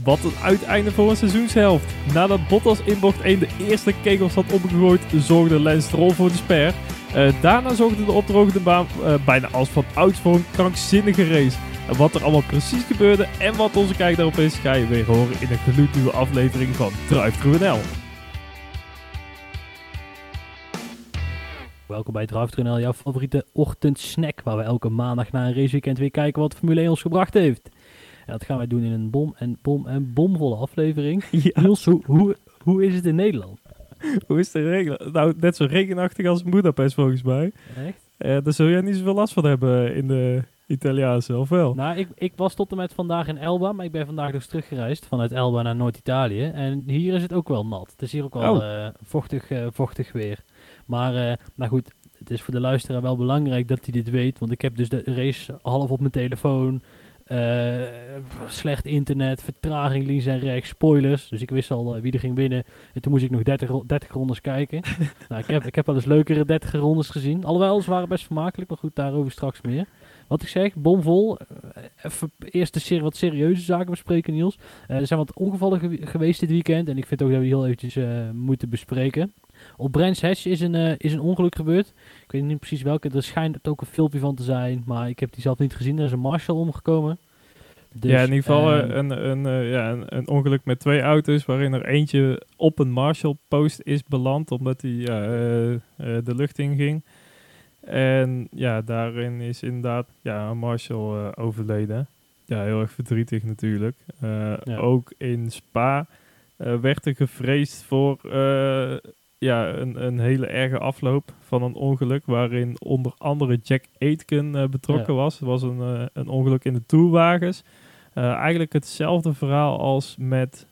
Wat een uiteinde voor een seizoenshelft. Nadat Bottas in bocht 1 de eerste kegels had opgegooid, zorgde Lance Stroll voor de spare. Daarna zorgde de opdrogende baan bijna als van ouds voor een krankzinnige race. En wat er allemaal precies gebeurde en wat onze kijk daarop is, ga je weer horen in een gloednieuwe aflevering van Drive NL. Welkom bij Drive NL, jouw favoriete ochtendsnack, waar we elke maandag na een raceweekend weer kijken wat Formule 1 ons gebracht heeft. En dat gaan wij doen in een bomvolle aflevering. Ja. Niels, hoe is het in Nederland? Hoe is de regen? Nou, net zo regenachtig als Budapest volgens mij. Echt? Daar zul jij niet zoveel last van hebben in de Italiaanse, of wel? Nou, ik was tot en met vandaag in Elba, maar ik ben vandaag dus teruggereisd vanuit Elba naar Noord-Italië. En hier is het ook wel nat. Het is hier ook wel vochtig weer. Maar nou goed, het is voor de luisteraar wel belangrijk dat hij dit weet. Want ik heb dus de race half op mijn telefoon. Slecht internet, vertraging links en rechts, spoilers. Dus ik wist al wie er ging winnen. En toen moest ik nog 30 rondes kijken. Nou, ik heb wel eens leukere 30 rondes gezien. Alhoewel, ze waren best vermakelijk. Maar goed, daarover straks meer. Wat ik zeg, bomvol. Even eerst de wat serieuze zaken bespreken, Niels. Er zijn wat ongevallen geweest dit weekend. En ik vind ook dat we die heel eventjes moeten bespreken. Op Brands Hatch is een ongeluk gebeurd. Ik weet niet precies welke. Er schijnt ook een filmpje van te zijn. Maar ik heb die zelf niet gezien. Er is een Marshall omgekomen. Dus, ja, in ieder geval een ongeluk met 2 auto's. Waarin er eentje op een Marshall post is beland. Omdat hij de lucht in ging. En ja, daarin is inderdaad een Marshall overleden. Ja, heel erg verdrietig natuurlijk. Ook in Spa werd er gevreesd voor een hele erge afloop van een ongeluk. Waarin onder andere Jack Aitken betrokken was. Het was een ongeluk in de tourwagens. Eigenlijk hetzelfde verhaal als met...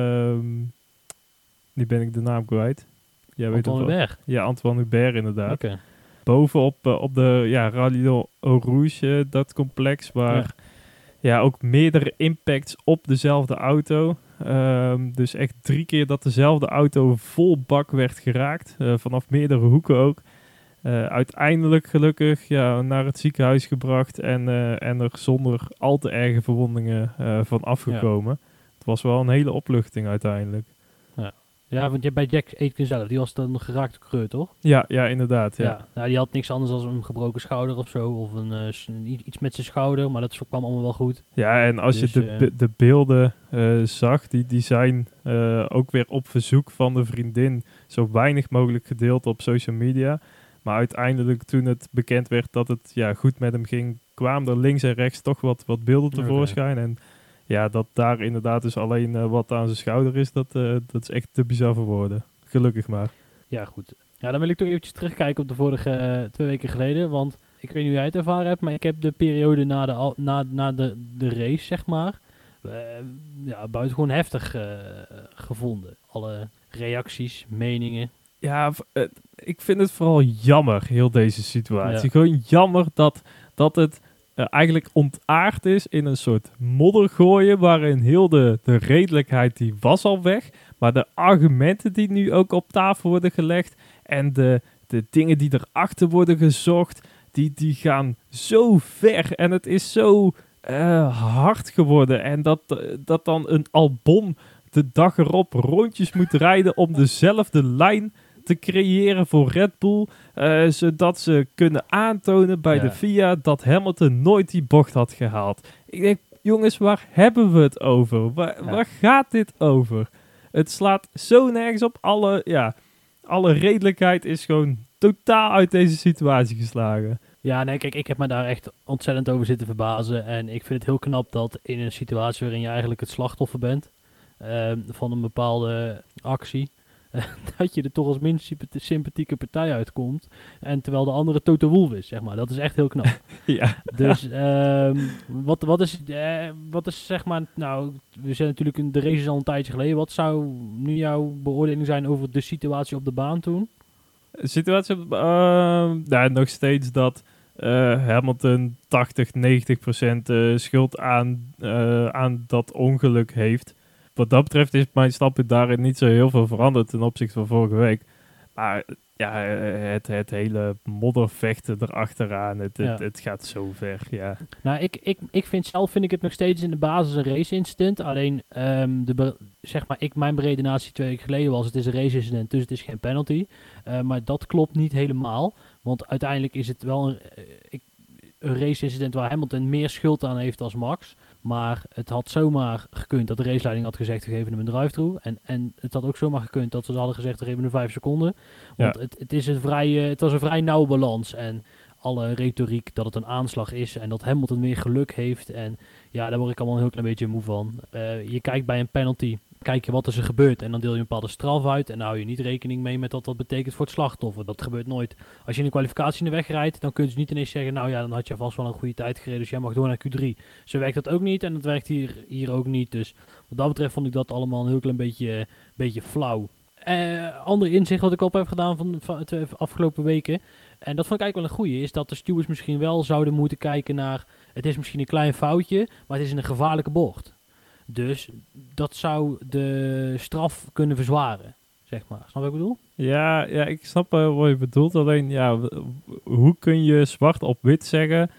nu ben ik de naam kwijt. Antoine Hubert. Ja, Antoine Hubert inderdaad. Okay. Bovenop op de Radio Eau Rouge, dat complex, waar ook meerdere impacts op dezelfde auto. Dus echt 3 keer dat dezelfde auto vol bak werd geraakt, vanaf meerdere hoeken ook. Uiteindelijk gelukkig naar het ziekenhuis gebracht en er zonder al te erge verwondingen van afgekomen. Het was wel een hele opluchting uiteindelijk. Ja, want bij Jack Aitken zelf, die was dan een geraakte coureur, toch? Ja, inderdaad. Ja. Nou, die had niks anders dan een gebroken schouder of zo. Of iets met zijn schouder, maar dat kwam allemaal wel goed. Ja, en als je de beelden zag, die zijn ook weer op verzoek van de vriendin zo weinig mogelijk gedeeld op social media. Maar uiteindelijk, toen het bekend werd dat het goed met hem ging, kwamen er links en rechts toch wat beelden tevoorschijn. En ja, dat daar inderdaad dus alleen wat aan zijn schouder is, dat is echt te bizar voor woorden. Gelukkig maar. Ja, goed. Ja, dan wil ik toch eventjes terugkijken op de vorige 2 weken geleden. Want ik weet niet hoe jij het ervaren hebt, maar ik heb de periode na de race, zeg maar, buitengewoon heftig gevonden. Alle reacties, meningen. Ja, ik vind het vooral jammer, heel deze situatie. Ja. Gewoon jammer dat het eigenlijk ontaard is in een soort moddergooien, waarin heel de redelijkheid die was al weg, maar de argumenten die nu ook op tafel worden gelegd en de dingen die erachter worden gezocht, die gaan zo ver en het is zo hard geworden. En dat dan een Albon de dag erop rondjes moet rijden om dezelfde lijn te creëren voor Red Bull, zodat ze kunnen aantonen bij de FIA dat Hamilton nooit die bocht had gehaald. Ik denk, jongens, waar hebben we het over? Waar gaat dit over? Het slaat zo nergens op. Alle redelijkheid is gewoon totaal uit deze situatie geslagen. Ja, nee, kijk, ik heb me daar echt ontzettend over zitten verbazen. En ik vind het heel knap dat in een situatie waarin je eigenlijk het slachtoffer bent van een bepaalde actie, dat je er toch als minst sympathieke partij uitkomt. En terwijl de andere Toto Wolff is, zeg maar. Dat is echt heel knap. Ja. Dus wat is zeg maar... Nou, we zijn natuurlijk de race is al een tijdje geleden. Wat zou nu jouw beoordeling zijn over de situatie op de baan toen? De situatie op de baan... nog steeds dat Hamilton 80-90% schuld aan dat ongeluk heeft. Wat dat betreft is mijn standpunt daarin niet zo heel veel veranderd ten opzichte van vorige week. Maar ja, het hele moddervechten erachteraan, het gaat zo ver, ja. Nou, ik vind ik het nog steeds in de basis een race-incident. Alleen, mijn beredenatie 2 weken geleden was, het is een race-incident, dus het is geen penalty. Maar dat klopt niet helemaal, want uiteindelijk is het wel een race-incident waar Hamilton meer schuld aan heeft als Max. Maar het had zomaar gekund dat de raceleiding had gezegd, we geven hem een drive-thru. En het had ook zomaar gekund dat ze hadden gezegd, we geven hem 5 seconden. Want het was een vrij nauwe balans. En alle retoriek dat het een aanslag is en dat Hamilton meer geluk heeft. En ja, daar word ik allemaal een heel klein beetje moe van. Je kijkt bij een penalty, kijk je wat er gebeurt en dan deel je een bepaalde straf uit. En dan hou je niet rekening mee met wat dat betekent voor het slachtoffer. Dat gebeurt nooit. Als je in de kwalificatie in de weg rijdt, dan kun je dus niet ineens zeggen, nou ja, dan had je vast wel een goede tijd gereden, dus jij mag door naar Q3. Zo werkt dat ook niet en dat werkt hier ook niet. Dus wat dat betreft vond ik dat allemaal een heel klein beetje flauw. Ander inzicht wat ik op heb gedaan van de afgelopen weken, en dat vond ik eigenlijk wel een goeie, is dat de stewards misschien wel zouden moeten kijken naar, het is misschien een klein foutje, maar het is in een gevaarlijke bocht. Dus dat zou de straf kunnen verzwaren, zeg maar. Snap je wat ik bedoel? Ja, ik snap wat je bedoelt. Alleen, ja, hoe kun je zwart op wit zeggen?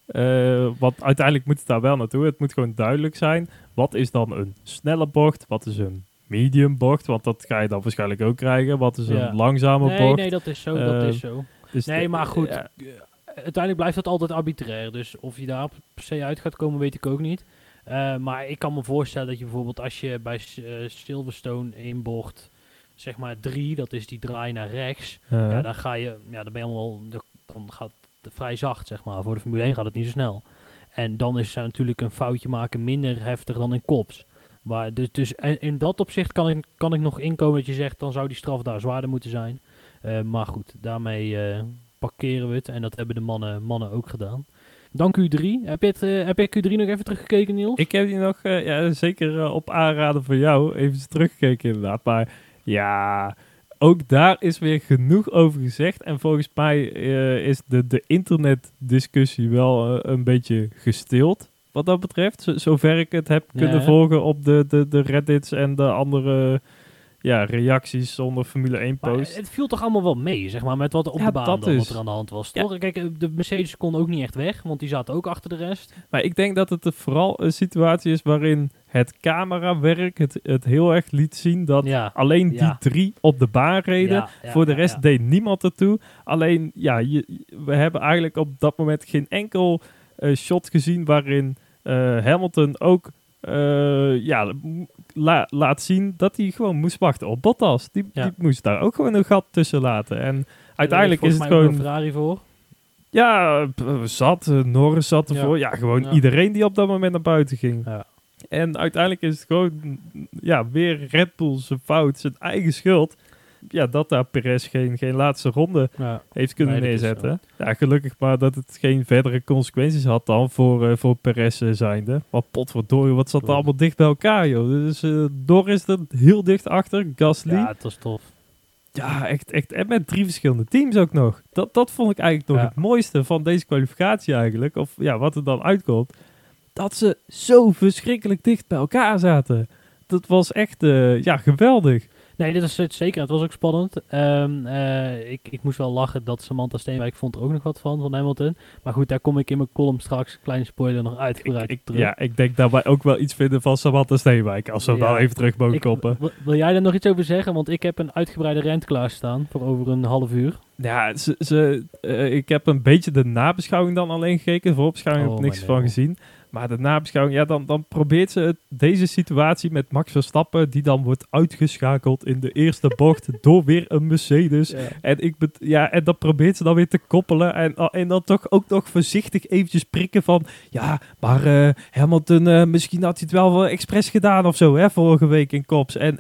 Want uiteindelijk moet het daar wel naartoe. Het moet gewoon duidelijk zijn. Wat is dan een snelle bocht? Wat is een medium bocht? Want dat ga je dan waarschijnlijk ook krijgen. Wat is een langzame bocht? Nee, dat is zo. Dus nee, maar goed. Ja. Uiteindelijk blijft dat altijd arbitrair. Dus of je daar per se uit gaat komen, weet ik ook niet. Maar ik kan me voorstellen dat je bijvoorbeeld als je bij Silverstone in bocht, zeg maar 3, dat is die draai naar rechts, dan ga je, dan ben je allemaal, dan gaat het vrij zacht, zeg maar. Voor de Formule 1 gaat het niet zo snel. En dan is natuurlijk een foutje maken minder heftig dan in kops. Maar dus in dat opzicht kan ik nog inkomen dat je zegt, dan zou die straf daar zwaarder moeten zijn. Maar goed, daarmee parkeren we het. En dat hebben de mannen ook gedaan. Dan Q3. Heb je Q3 nog even teruggekeken, Niels? Ik heb die nog, zeker op aanraden van jou, even teruggekeken inderdaad. Maar ja, ook daar is weer genoeg over gezegd. En volgens mij is de internetdiscussie wel een beetje gestild. Wat dat betreft, zover ik het heb kunnen volgen op de Reddits en de andere reacties zonder Formule 1 post. Maar het viel toch allemaal wel mee, zeg maar, met wat op de baan wat er aan de hand was. Toch? Kijk, de Mercedes kon ook niet echt weg, want die zaten ook achter de rest. Maar ik denk dat het vooral een situatie is waarin het camerawerk het heel erg liet zien dat alleen die 3 op de baan reden. Voor de rest deed niemand ertoe. Alleen, we hebben eigenlijk op dat moment geen enkel shot gezien waarin Hamilton ook laat zien dat hij gewoon moest wachten op Bottas. Die moest daar ook gewoon een gat tussen laten. En uiteindelijk is het gewoon een Ferrari voor. Ja, Norris zat ervoor. Ja, gewoon iedereen die op dat moment naar buiten ging. Ja. En uiteindelijk is het gewoon weer Red Bull zijn fout, zijn eigen schuld. Ja, dat daar Perez geen laatste ronde heeft kunnen neerzetten. Ja, gelukkig maar dat het geen verdere consequenties had dan voor Perez zijnde. Maar potverdorie, wat zat er allemaal dicht bij elkaar, joh. Dus Norris er heel dicht achter, Gasly. Ja, het was tof. Ja, echt. En met 3 verschillende teams ook nog. Dat vond ik eigenlijk nog het mooiste van deze kwalificatie eigenlijk. Of wat er dan uitkomt. Dat ze zo verschrikkelijk dicht bij elkaar zaten. Dat was echt geweldig. Nee, dit is het zeker. Het was ook spannend. Ik moest wel lachen dat Samantha Steenwijk vond er ook nog wat van Hamilton. Maar goed, daar kom ik in mijn column straks, kleine spoiler, nog uitgebreid terug. Ja, ik denk dat wij ook wel iets vinden van Samantha Steenwijk. Als we hem nou even terug mogen koppen. Wil jij daar nog iets over zeggen? Want ik heb een uitgebreide rant klaarstaan voor over een half uur. Ja, ik heb een beetje de nabeschouwing dan alleen gekeken. De voorbeschouwing heb ik niks van gezien. Maar de nabeschouwing, dan probeert ze deze situatie met Max Verstappen, die dan wordt uitgeschakeld in de eerste bocht door weer een Mercedes. Ja. En dat probeert ze dan weer te koppelen. En dan toch ook nog voorzichtig eventjes prikken van, maar Hamilton, misschien had hij het wel expres gedaan of zo, vorige week in Kops. En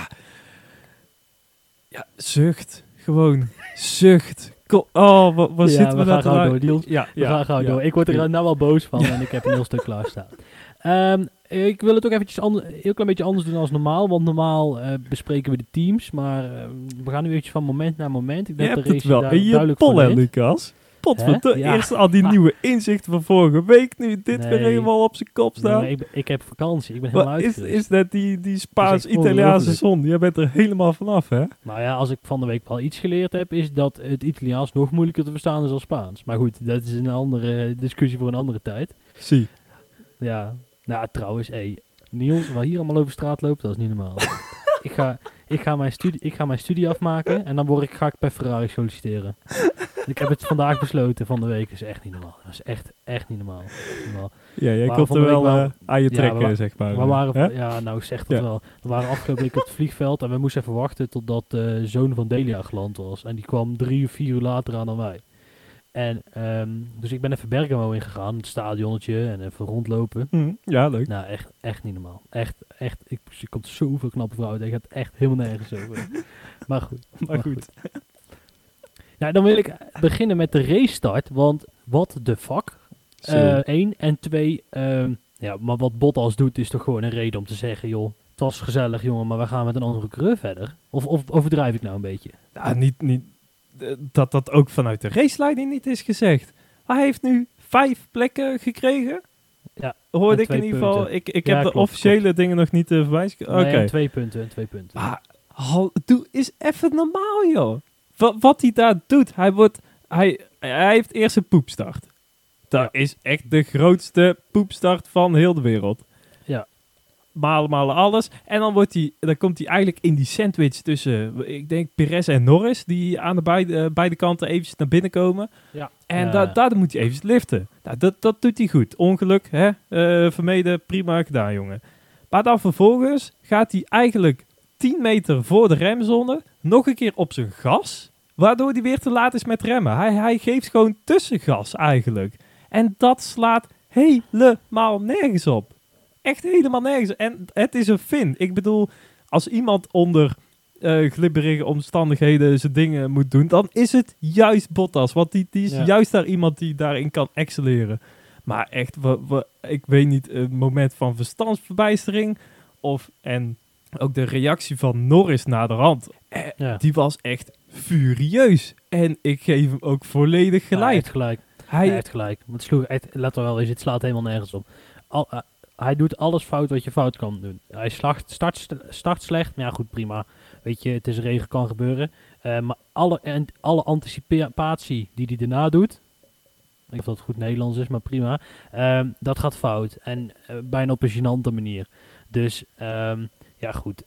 zucht. Gewoon zucht. Wat zitten we daar gauw door, we gaan gauw door. Ik word er nou wel boos van en ik heb een heel stuk klaarstaan. Ik wil het ook eventjes heel klein beetje anders doen als normaal. Want normaal bespreken we de teams. Maar we gaan nu eventjes van moment naar moment. Ik denk je hebt het wel in je pollen, Lucas. potverdorie. Ja. Eerst al die nieuwe inzichten van vorige week. Nu dit Nee. weer helemaal op zijn kop staan. Nee, ik heb vakantie. Ik ben helemaal Wat uitgerust. is dat die Spaans-Italiaanse ongelooflijk. zon? Jij bent er helemaal vanaf, hè? Nou ja, als ik van de week wel iets geleerd heb, is dat het Italiaans nog moeilijker te verstaan is dan Spaans. Maar goed, dat is een andere discussie voor een andere tijd. Zie. Ja, nou trouwens, Niels, waar hier allemaal over straat loopt, dat is niet normaal. ik ga mijn studie afmaken en dan ga ik per Ferrari solliciteren. Ik heb het vandaag besloten van de week. Dat is echt niet normaal. Dat is echt niet normaal. Ja, jij Maar komt van er de week wel wel- aan je Ja, trekken, zeg maar. We waren, Hè? ja, nou zeg dat Ja. wel. We waren afgelopen week op het vliegveld en we moesten even wachten totdat de zoon van Delia geland was. En die kwam 3 of 4 uur later aan dan wij. En dus ik ben even Bergamo ingegaan, het stadionnetje en even rondlopen. Ja, leuk. Nou, echt niet normaal. Echt. Ik komt zoveel knappe vrouwen tegen. Het gaat echt helemaal nergens over. Maar goed. Maar goed. Ja, dan wil ik beginnen met de race start. Want what the fuck? Zo. 1 en 2. Ja, maar wat Bottas doet is toch gewoon een reden om te zeggen, joh, het was gezellig jongen, maar we gaan met een andere coureur verder. Of overdrijf ik nou een beetje? Ja, niet dat ook vanuit de raceleiding niet is gezegd. Hij heeft nu 5 plekken gekregen. Ja, Hoorde en ik in 2 ieder geval. punten. Ik Ja, heb de klopt, officiële dingen nog niet voorbij. Oké. Nee, en 2 punten. Maar doe eens even normaal, joh. Wat hij daar doet. Hij heeft eerst een poepstart. Dat is echt de grootste poepstart van heel de wereld. Ja. Malen alles. En dan komt hij eigenlijk in die sandwich tussen, ik denk, Perez en Norris. Die aan de beide kanten eventjes naar binnen komen. Ja. En Ja. daar moet hij eventjes liften. Nou, dat doet hij goed. Ongeluk, hè? Vermeden, prima gedaan, jongen. Maar dan vervolgens gaat hij eigenlijk 10 meter voor de remzone nog een keer op zijn gas. Waardoor hij weer te laat is met remmen. Hij geeft gewoon tussengas eigenlijk. En dat slaat helemaal nergens op. Echt helemaal nergens. En het is een Fin. Ik bedoel, als iemand onder glibberige omstandigheden zijn dingen moet doen, dan is het juist Bottas. Want die is juist daar iemand die daarin kan excelleren. Maar echt, ik weet niet, een moment van verstandsverbijstering. En ook de reactie van Norris naderhand. Die was echt furieus. En ik geef hem ook volledig gelijk. Hij heeft gelijk. Want let er wel eens, het slaat helemaal nergens op. Hij doet alles fout wat je fout kan doen. Hij start slecht. Maar ja, goed, prima. Weet je, het is regen, kan gebeuren. Maar alle anticipatie die hij daarna doet, ik weet niet of dat goed Nederlands is, maar prima. Dat gaat fout. En bijna op een gênante manier. Dus, ja goed.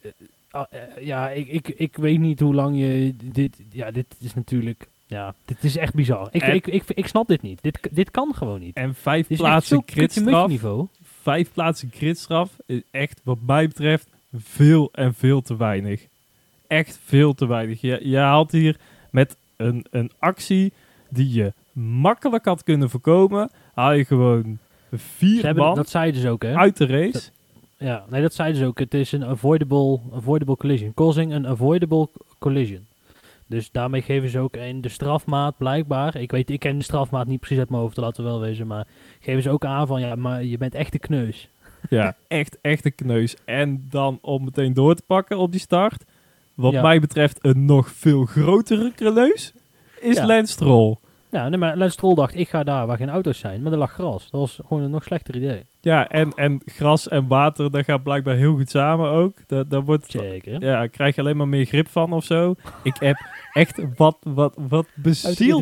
Ik weet niet hoe lang je dit... Ja, dit is natuurlijk... Ja, dit is echt bizar. Ik snap dit niet. Dit kan gewoon niet. En 5 plaatsen gridstraf. Niveau. 5 plaatsen gridstraf is echt, wat mij betreft, veel en veel te weinig. Echt veel te weinig. Je haalt hier met een actie die je makkelijk had kunnen voorkomen, haal je gewoon 4 man dat zei je dus ook, hè? uit de race. Ja, nee, dat zei je dus ook. Het is een avoidable collision. Causing an avoidable collision. Dus daarmee geven ze ook in de strafmaat blijkbaar. Ik ken de strafmaat niet precies uit mijn hoofd, laten we wel wezen. Maar geven ze ook aan van, ja, maar je bent echt de kneus. Ja, echt een kneus. En dan om meteen door te pakken op die start. Wat mij betreft een nog veel grotere kneus is Lance Stroll. Ja, nee, maar Lance Stroll dacht, ik ga daar waar geen auto's zijn. Maar er lag gras. Dat was gewoon een nog slechter idee. Ja, en gras en water, dat gaat blijkbaar heel goed samen ook. Daar wordt, zeker. Ja, krijg je alleen maar meer grip van of zo. Ik heb echt wat bezield.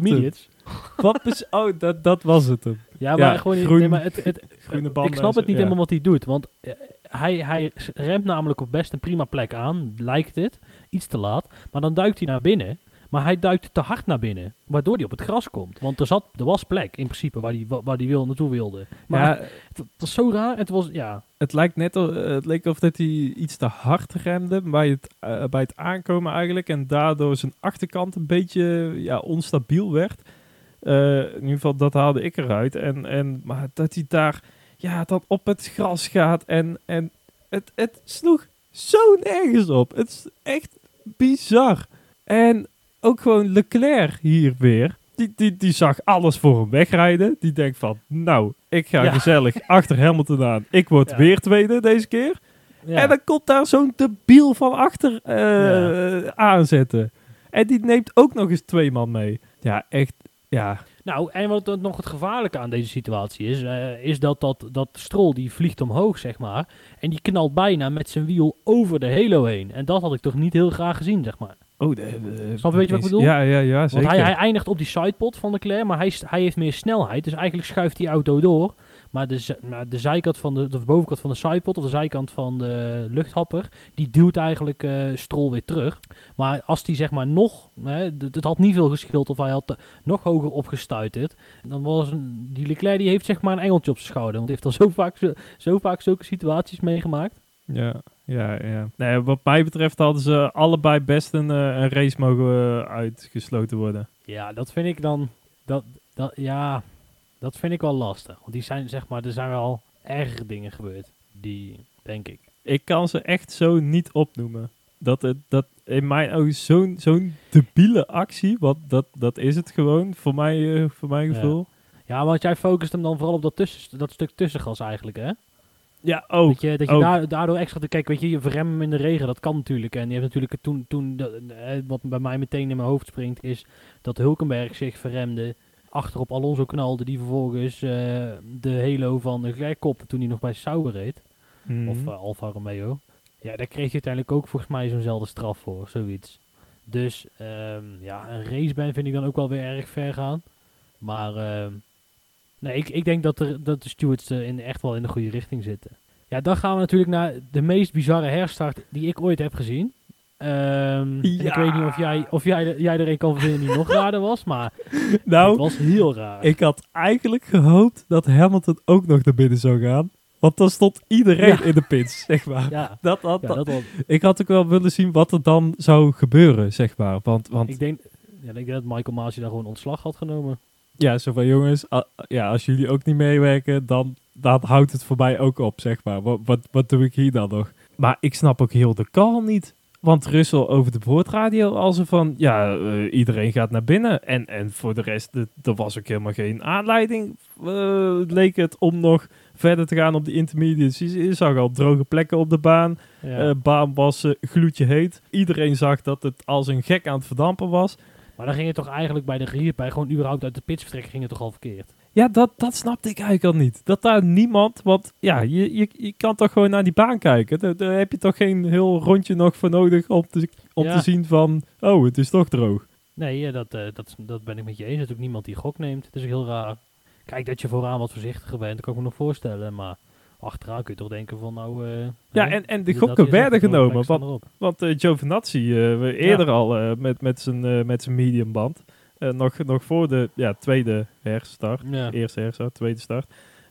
Dat was het hem. Ja, maar gewoon niet. Nee, maar groene banden. Ik snap het niet helemaal wat hij doet. Want hij remt namelijk op best een prima plek aan, lijkt het. Iets te laat. Maar dan duikt hij naar binnen. Maar hij duikt te hard naar binnen, waardoor hij op het gras komt. Want er was plek, in principe, waar hij naartoe wilde. Maar het was zo raar. Het leek of dat hij iets te hard remde bij het aankomen eigenlijk. En daardoor zijn achterkant een beetje onstabiel werd. In ieder geval, dat haalde ik eruit. Maar dat hij daar dan op het gras gaat. En het sloeg zo nergens op. Het is echt bizar. En ook gewoon Leclerc hier weer. Die zag alles voor hem wegrijden. Die denkt van, nou, ik ga gezellig achter Hamilton aan. Ik word weer tweede deze keer. Ja. En dan komt daar zo'n debiel van achter aanzetten. En die neemt ook nog eens 2 man mee. Ja, echt, ja. Nou, en wat nog het gevaarlijke aan deze situatie is dat Stroll die vliegt omhoog, zeg maar. En die knalt bijna met zijn wiel over de halo heen. En dat had ik toch niet heel graag gezien, zeg maar. Oh, Snap je wat ik bedoel? Ja, zeker. Want hij eindigt op die sidepod van Leclerc, maar hij heeft meer snelheid. Dus eigenlijk schuift die auto door. Maar de zijkant de bovenkant van de sidepod, of de zijkant van de luchthapper, die duwt eigenlijk Stroll weer terug. Maar als die zeg maar nog, het had niet veel geschild of hij had nog hoger opgestuiterd, dan was die Leclerc die heeft zeg maar een engeltje op zijn schouder. Want hij heeft al zo vaak zulke situaties meegemaakt. Ja. Nee, wat mij betreft hadden ze allebei best een race mogen uitgesloten worden. Ja, dat vind ik dan, dat vind ik wel lastig. Want die zijn zeg maar, er zijn wel ergere dingen gebeurd. Die, denk ik. Ik kan ze echt zo niet opnoemen. Dat in mijn ogen zo'n debiele actie, want dat is het gewoon, voor mijn gevoel. Ja, want jij focust hem dan vooral op dat stuk tussengas eigenlijk, hè? Ja, ook. Dat je daardoor extra te kijken, weet je verremmen hem in de regen, dat kan natuurlijk. En je hebt natuurlijk wat bij mij meteen in mijn hoofd springt, is dat Hülkenberg zich verremde, achterop Alonso knalde, die vervolgens de halo van Leclerc kopte toen hij nog bij Sauber reed. Of Alfa Romeo. Ja, daar kreeg je uiteindelijk ook volgens mij zo'nzelfde straf voor, zoiets. Dus een raceban vind ik dan ook wel weer erg ver gaan. Maar nee, ik denk dat de stewards echt wel in de goede richting zitten. Ja, dan gaan we natuurlijk naar de meest bizarre herstart die ik ooit heb gezien. Ik weet niet of jij er een kan verzinnen die nog raarder was, maar nou, het was heel raar. Ik had eigenlijk gehoopt dat Hamilton ook nog naar binnen zou gaan. Want dan stond iedereen in de pits, zeg maar. Ja. Ik had ook wel willen zien wat er dan zou gebeuren, zeg maar. Want ik denk dat Michael Masi daar gewoon ontslag had genomen. Ja, zo van jongens, als jullie ook niet meewerken, dan houdt het voor mij ook op, zeg maar. Wat doe ik hier dan nog? Maar ik snap ook heel de call niet. Want Russell over de boordradio als er van, iedereen gaat naar binnen. En voor de rest, er was ook helemaal geen aanleiding, leek het, om nog verder te gaan op de intermediates. Je zag al droge plekken op de baan. Ja. Baan was gloedje heet. Iedereen zag dat het als een gek aan het verdampen was. Maar dan ging het toch eigenlijk bij gewoon überhaupt uit de pits vertrekken, ging het toch al verkeerd? Ja, dat snapte ik eigenlijk al niet. Dat daar niemand, want ja, je kan toch gewoon naar die baan kijken. Daar heb je toch geen heel rondje nog voor nodig om te zien van, oh, het is toch droog. Nee, dat ben ik met je eens. Er is ook niemand die gok neemt. Het is ook heel raar. Kijk, dat je vooraan wat voorzichtiger bent, dat kan ik me nog voorstellen. Maar achteraan kun je toch denken van, nou... en de gokken werden genomen. Want Giovinazzi, eerder al met zijn mediumband... nog voor de tweede herstart. Ja. Eerste herstart, tweede start.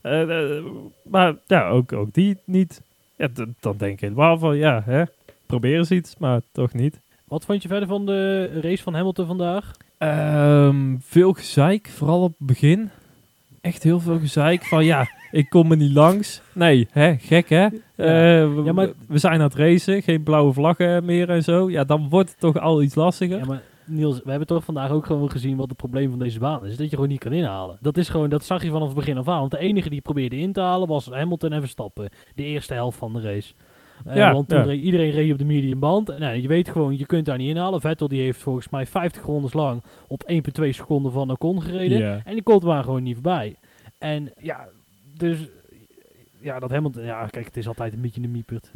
Maar ja, ook die niet. Ja, dan denk ik helemaal van, probeer eens iets, maar toch niet. Wat vond je verder van de race van Hamilton vandaag? Veel gezeik, vooral op het begin. Echt heel veel gezeik van, ik kom er niet langs. Nee, gek hè? Maar we zijn aan het racen, geen blauwe vlaggen meer en zo. Ja, dan wordt het toch al iets lastiger. Ja, maar Niels, we hebben toch vandaag ook gewoon gezien wat het probleem van deze baan is. Dat je gewoon niet kan inhalen. Dat zag je vanaf het begin af aan. Want de enige die probeerde in te halen was Hamilton en Verstappen. De eerste helft van de race. Want toen iedereen reed op de medium band. Je weet gewoon, je kunt daar niet inhalen. Vettel die heeft volgens mij 50 rondes lang op 1,2 seconden van Ocon gereden. Yeah. En die komt er gewoon niet voorbij. En dus... Ja, dat Hamilton... Ja, kijk, het is altijd een beetje een miepert.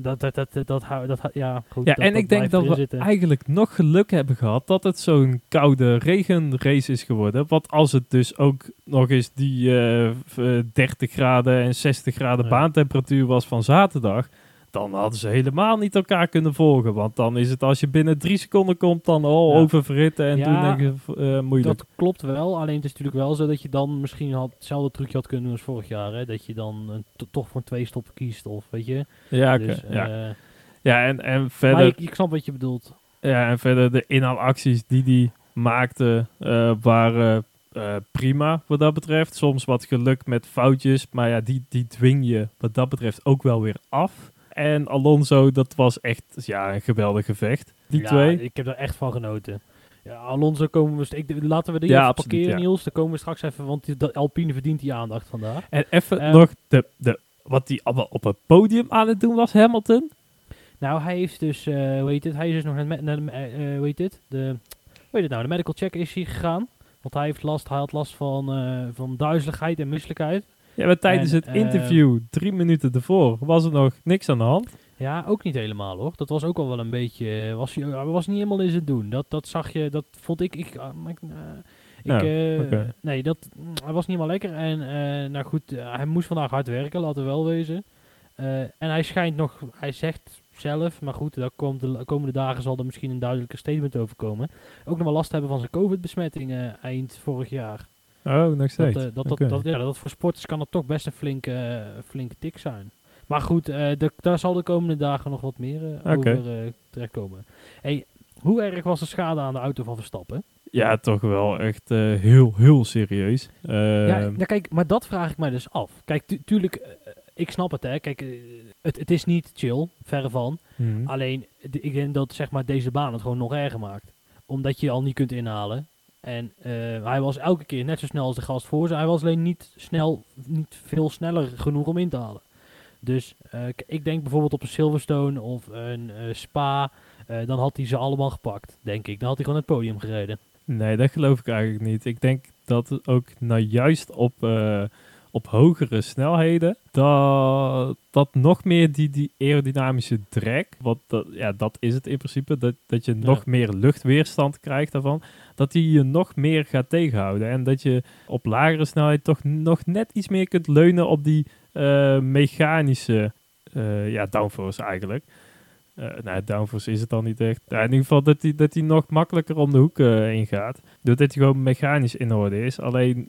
En ik denk dat we eigenlijk nog geluk hebben gehad dat het zo'n koude regenrace is geworden. Want als het dus ook nog eens die 30 graden en 60 graden baantemperatuur was van zaterdag, dan hadden ze helemaal niet elkaar kunnen volgen. Want dan is het als je binnen 3 seconden komt, dan oververhitten en toen denk je moeilijk. Dat klopt wel, alleen het is natuurlijk wel zo dat je dan misschien hetzelfde trucje had kunnen doen als vorig jaar. Hè? Dat je dan toch voor 2 stoppen kiest of weet je. Ja, oké. Dus, en verder... Maar ik snap wat je bedoelt. Ja, en verder de inhaalacties die maakte waren prima wat dat betreft. Soms wat geluk met foutjes, maar ja, die dwing je wat dat betreft ook wel weer af. En Alonso, dat was echt een geweldig gevecht. Die twee. Ik heb er echt van genoten. Ja, Alonso laten we die even parkeren, Niels. Dan komen we straks even, want de Alpine verdient die aandacht vandaag. En even nog wat hij allemaal op het podium aan het doen was, Hamilton. Nou, hij heeft dus, hij is dus nog naar de medical check is hij gegaan. Want hij had last van duizeligheid en misselijkheid. Ja, maar tijdens het interview, 3 minuten ervoor, was er nog niks aan de hand. Ja, ook niet helemaal hoor. Dat was ook al wel een beetje... Hij was niet helemaal in zijn doen. Dat zag je, dat vond ik... Nee, hij was niet helemaal lekker. En nou goed, hij moest vandaag hard werken, laten we wel wezen. En hij schijnt nog... Hij zegt zelf, maar goed, de komende dagen zal er misschien een duidelijker statement over komen. Ook nog wel last hebben van zijn COVID-besmetting eind vorig jaar. Oh, nog steeds. Dat voor sporters kan dat toch best een flinke tik zijn. Maar goed, daar zal de komende dagen nog wat meer over terechtkomen. Hey, hoe erg was de schade aan de auto van Verstappen? Ja, toch wel echt heel, heel serieus. Kijk, maar dat vraag ik mij dus af. Kijk, tuurlijk, ik snap het, hè. Kijk, het is niet chill, verre van. Alleen, ik denk dat zeg maar, deze baan het gewoon nog erger maakt. Omdat je al niet kunt inhalen. En hij was elke keer net zo snel als de gast voor ze. Hij was alleen niet veel sneller genoeg om in te halen. Dus ik denk bijvoorbeeld op een Silverstone of een Spa. Dan had hij ze allemaal gepakt, denk ik. Dan had hij gewoon het podium gereden. Nee, dat geloof ik eigenlijk niet. Ik denk dat het ook nou juist op hogere snelheden, dat nog meer die aerodynamische drag, dat is het in principe, dat je nog meer luchtweerstand krijgt daarvan, dat die je nog meer gaat tegenhouden. En dat je op lagere snelheid toch nog net iets meer kunt leunen op die mechanische downforce eigenlijk. Downforce is het dan niet echt. In ieder geval dat hij nog makkelijker om de hoek ingaat. Doordat hij gewoon mechanisch in orde is. Alleen,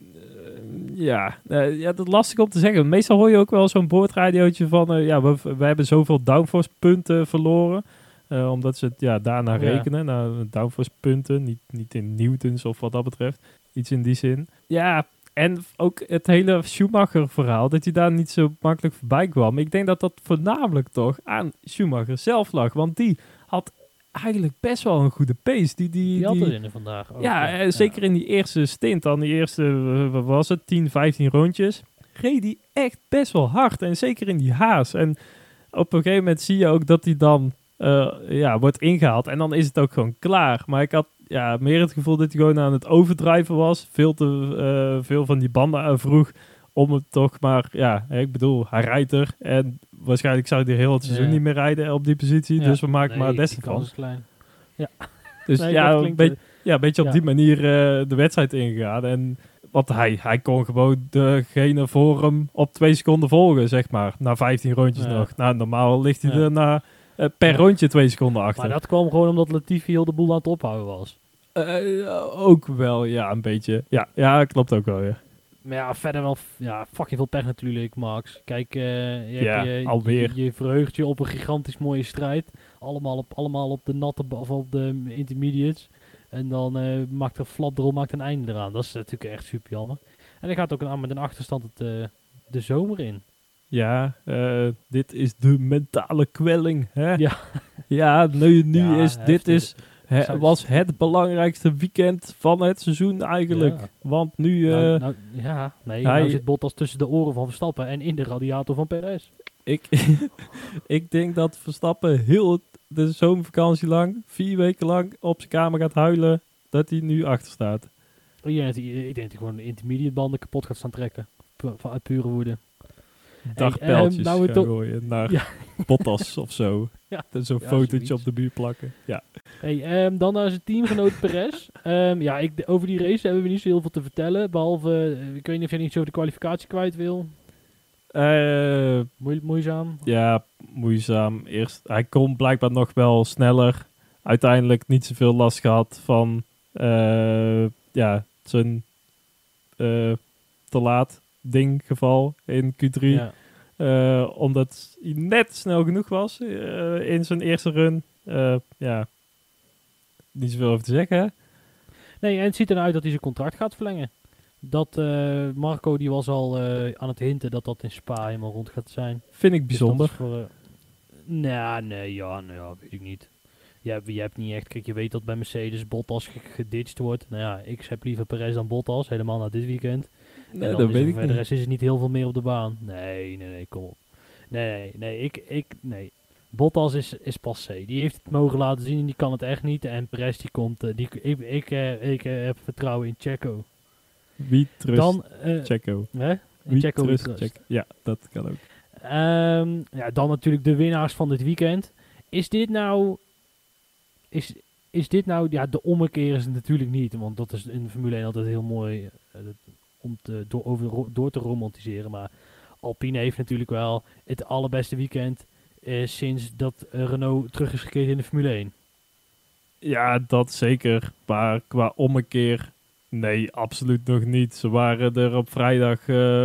dat is lastig om te zeggen. Meestal hoor je ook wel zo'n boordradiootje van... we hebben zoveel downforce punten verloren. Omdat ze het daarna rekenen. Naar downforce punten. Niet in newtons of wat dat betreft. Iets in die zin. Ja... En ook het hele Schumacher-verhaal, dat hij daar niet zo makkelijk voorbij kwam. Ik denk dat dat voornamelijk toch aan Schumacher zelf lag. Want die had eigenlijk best wel een goede pace. Die had er in vandaag ook. Zeker in die eerste stint, dan die eerste, wat was het, 10, 15 rondjes, reed hij echt best wel hard. En zeker in die haas. En op een gegeven moment zie je ook dat hij dan wordt ingehaald. En dan is het ook gewoon klaar. Maar ik had meer het gevoel dat hij gewoon aan het overdrijven was. Veel te veel van die banden vroeg om het toch maar... Ja, ik bedoel, hij rijdt er. En waarschijnlijk zou hij heel het seizoen niet meer rijden op die positie. Dus we maken maar het beste van. Is klein. Ja. Dus een beetje op die manier de wedstrijd ingegaan. En want hij kon gewoon degene voor hem op 2 seconden volgen, zeg maar. Na 15 rondjes nog. Nou, normaal ligt hij er per rondje 2 seconden achter. Maar dat kwam gewoon omdat Latifi heel de boel aan het ophouden was. Ook wel, een beetje. Ja, klopt ook wel, ja. Maar verder wel, fucking veel pech natuurlijk, Max. Kijk, alweer. Je verheugt je op een gigantisch mooie strijd. Allemaal op de natte, of op de intermediates. En dan maakt er flapdrol een einde eraan. Dat is natuurlijk echt super jammer. En dan gaat ook met een achterstand de zomer in. Ja, dit is de mentale kwelling, hè? Ja. Ja, was het belangrijkste weekend van het seizoen eigenlijk. Ja. Want nu... nou zit Bottas tussen de oren van Verstappen en in de radiator van Perez. Ik denk dat Verstappen heel de zomervakantie lang, 4 weken lang, op zijn kamer gaat huilen dat hij nu achter staat. Ik denk dat hij gewoon de intermediate banden kapot gaat staan trekken. Uit pure woede. Dagpijltjes gaan gooien naar Bottas of zo. Ja. Zo'n fotootje op de muur plakken. Ja. Dan naar zijn teamgenoot Perez. Over die race hebben we niet zo heel veel te vertellen. Behalve, ik weet niet of jij niet zo de kwalificatie kwijt wil. Moeizaam? Ja, moeizaam. Eerst, hij kon blijkbaar nog wel sneller. Uiteindelijk niet zoveel last gehad van zijn te laat dinggeval in Q3. Ja. Omdat hij net snel genoeg was in zijn eerste run. Niet zoveel over te zeggen, hè? Nee, en het ziet eruit dat hij zijn contract gaat verlengen. Dat Marco die was al aan het hinten dat in Spa helemaal rond gaat zijn. Vind ik bijzonder. Weet ik niet. Je hebt niet echt... Kijk, je weet dat bij Mercedes Bottas geditcht wordt. Nou ja, ik heb liever Perez dan Bottas. Helemaal na dit weekend. Nee, dat weet ik niet. Is het niet heel veel meer op de baan. Nee, kom op. Nee. Bottas is passé. Die heeft het mogen laten zien en die kan het echt niet. En Perez die komt... ik heb vertrouwen in Checo. Wie trust Dan... Checo? Hè? In Wie Checo trust trust. Checo? Ja, dat kan ook. Dan natuurlijk de winnaars van dit weekend. Is dit nou... Is dit nou... Ja, de ommekeer is het natuurlijk niet. Want dat is in de Formule 1 altijd heel mooi... om door te romantiseren. Maar Alpine heeft natuurlijk wel het allerbeste weekend... sinds dat Renault terug is gekeerd in de Formule 1. Ja, dat zeker. Maar qua ommekeer... Nee, absoluut nog niet. Ze waren er op vrijdag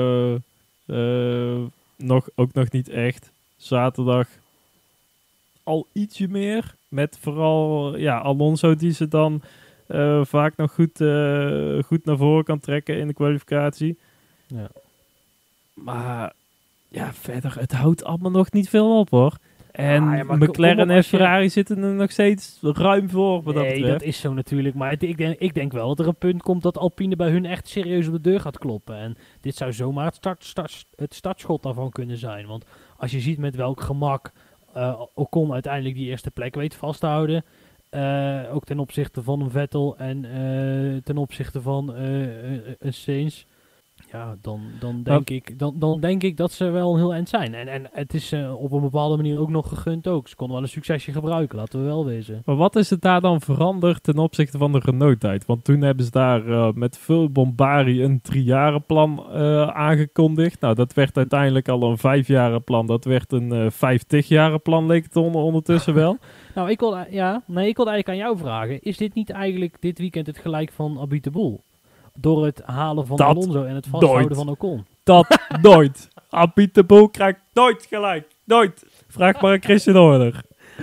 ook nog niet echt. Zaterdag al ietsje meer. Met vooral Alonso die ze dan vaak nog goed naar voren kan trekken in de kwalificatie. Ja. Maar ja, verder, het houdt allemaal nog niet veel op hoor. En maar McLaren en Ferrari zitten er nog steeds ruim voor. Wat nee, dat is zo natuurlijk. Maar ik denk wel dat er een punt komt dat Alpine bij hun echt serieus op de deur gaat kloppen. En dit zou zomaar het startschot daarvan kunnen zijn. Want als je ziet met welk gemak Ocon uiteindelijk die eerste plek weet vast te houden. Ook ten opzichte van een Vettel en ten opzichte van een Sainz. Ja, dan denk ik dat ze wel heel eind zijn. En het is op een bepaalde manier ook nog gegund ook. Ze konden wel een succesje gebruiken, laten we wel wezen. Maar wat is het daar dan veranderd ten opzichte van de Renault-tijd? Want toen hebben ze daar met veel bombarie een 3-jarenplan aangekondigd. Nou, dat werd uiteindelijk al een 5-jarenplan. Dat werd een 50-jarenplan, leek het ondertussen wel. Nou, ik wilde eigenlijk aan jou vragen. Is dit niet eigenlijk dit weekend het gelijk van Abit de Boel? Door het halen van Alonso en het vasthouden van Ocon. Dat nooit. Abit de Boel krijgt nooit gelijk. Nooit. Vraag maar aan Christian Horner.